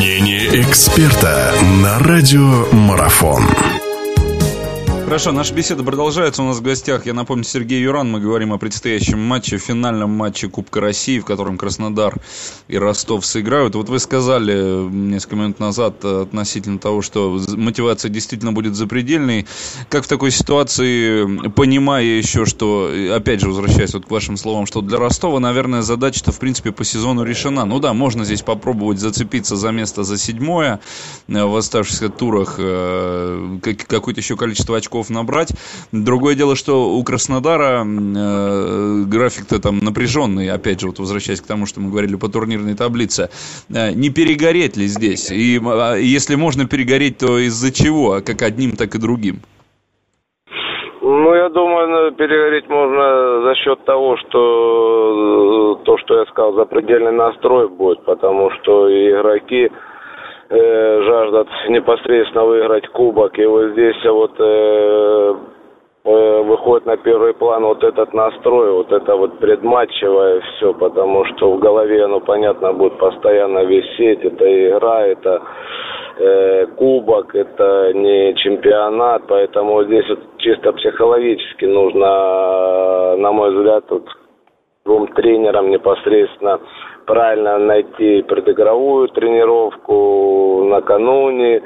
Мнение эксперта на радио Марафон. Хорошо, наша беседа продолжается. У нас в гостях, я напомню, Сергей Юран. Мы говорим о предстоящем матче, финальном матче Кубка России, в котором Краснодар и Ростов сыграют. Вот вы сказали несколько минут назад относительно того, что мотивация действительно будет запредельной. Как в такой ситуации, понимая еще, что, опять же, возвращаясь вот к вашим словам, что для Ростова, наверное, задача-то, в принципе, по сезону решена. Ну да, можно здесь попробовать зацепиться за место за 7-е в оставшихся турах, какое-то еще количество очков набрать. Другое дело, что у Краснодара график-то там напряженный, опять же, вот возвращаясь к тому, что мы говорили по турнирной таблице. Не перегореть ли здесь? И если можно перегореть, то из-за чего? Как одним, так и другим? Ну, я думаю, перегореть можно за счет того, что я сказал, запредельный настрой будет, потому что и игроки жаждут непосредственно выиграть кубок. И вот здесь вот выходит на первый план вот этот настрой, вот это вот предматчевое все, потому что в голове, понятно, будет постоянно висеть. Это игра, это кубок, это не чемпионат, поэтому вот здесь вот чисто психологически нужно, на мой взгляд, вот двум тренерам непосредственно правильно найти предыгровую тренировку накануне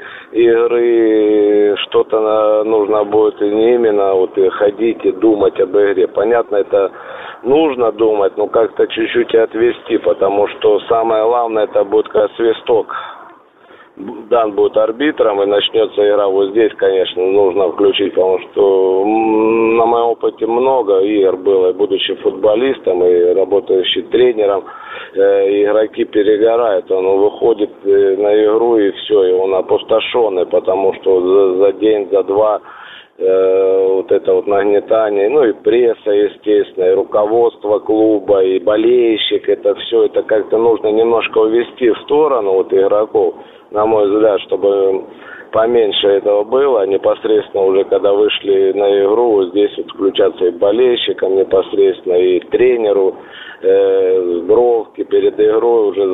игры, что-то нужно будет и не именно вот и ходить и думать об игре. Понятно, это нужно думать, но как-то чуть-чуть и отвести, потому что самое главное это будет как свисток. Дан будет арбитром и начнется игра. Вот здесь, конечно, нужно включить, потому что на моем опыте много игр было, будучи футболистом и работающим тренером, игроки перегорают, он выходит на игру и все, и он опустошенный, потому что за день, за два вот это вот нагнетание, и пресса, естественно, и руководство клуба, и болельщик, это все, это как-то нужно немножко увести в сторону вот игроков, на мой взгляд, чтобы поменьше этого было, непосредственно уже когда вышли на игру, вот здесь вот включаться и болельщикам непосредственно, и тренеру, бровки перед игрой уже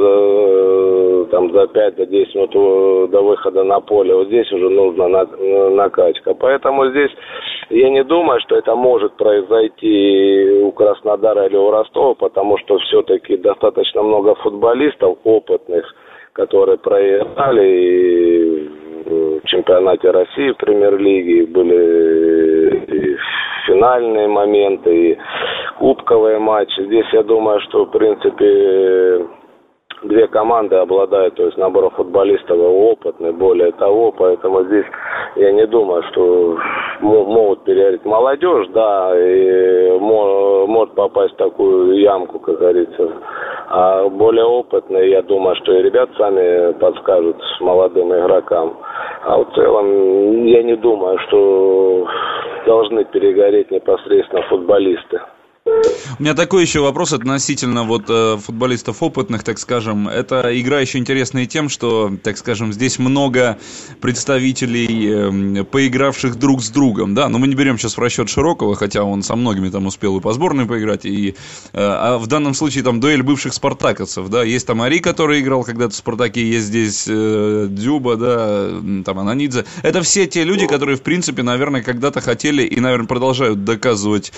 за 5-10 минут до выхода на поле. Вот здесь уже нужна накачка. Поэтому здесь я не думаю, что это может произойти у Краснодара или у Ростова, потому что все-таки достаточно много футболистов опытных, которые проиграли и в чемпионате России в премьер-лиге, были и финальные моменты, и кубковые матчи. Здесь я думаю, что в принципе две команды обладают, то есть набором футболистов опытный, более того, поэтому здесь я не думаю, что могут переиграть. Молодежь, да, и может попасть в такую ямку, как говорится. А более опытные, я думаю, что и ребят сами подскажут молодым игрокам. А в целом я не думаю, что должны перегореть непосредственно футболисты. У меня такой еще вопрос относительно футболистов опытных, так скажем. Эта игра еще интересная тем, что, так скажем, здесь много представителей, поигравших друг с другом, да. Но мы не берем сейчас в расчет Широкого, хотя он со многими там успел и по сборной поиграть, а в данном случае там дуэль бывших спартаковцев, да. Есть там Ари, который играл когда-то в Спартаке, есть здесь Дзюба, да, там Ананидзе. Это все те люди, которые, в принципе, наверное, когда-то хотели и, наверное, продолжают доказывать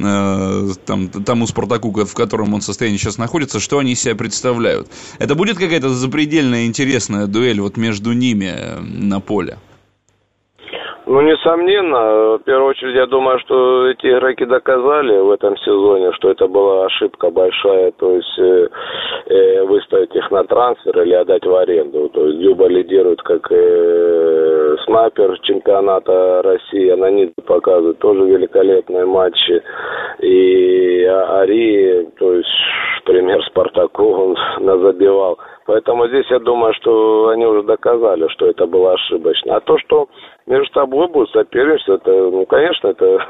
тому Спартаку, в котором он состоянии сейчас находится, что они из себя представляют. Это будет какая-то запредельная интересная дуэль между ними на поле? Несомненно. В первую очередь, я думаю, что эти игроки доказали в этом сезоне, что это была ошибка большая, то есть выставить их на трансфер или отдать в аренду. То есть Дзюба лидирует как снайпер чемпионата России, Ананидзе показывает тоже великолепные матчи. И Ари, то есть пример Спартаку, он забивал. Поэтому здесь я думаю, что они уже доказали, что это было ошибочно. А то, что между собой будет соперничество, это, конечно,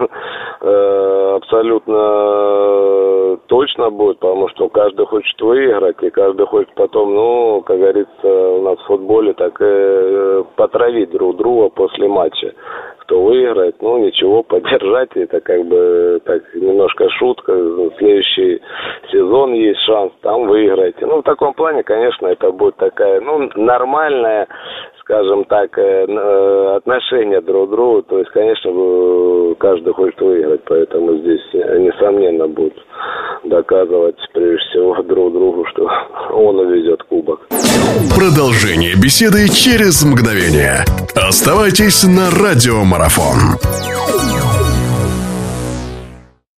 это абсолютно точно будет, потому что каждый хочет выиграть, и каждый хочет потом, как говорится, у нас в футболе, так потравить друг друга после матча. кто выиграет. Ну, ничего, поддержать, это как бы так немножко шутка. Следующий сезон есть шанс, там выиграете. Ну, в таком плане, конечно, это будет такая, ну, нормальная, скажем так, отношение друг к другу. То есть, конечно, каждый хочет выиграть, поэтому здесь, несомненно, будут доказывать, прежде всего, друг другу, что он увезет кубок. Продолжение беседы через мгновение. Оставайтесь на Радио Марафон.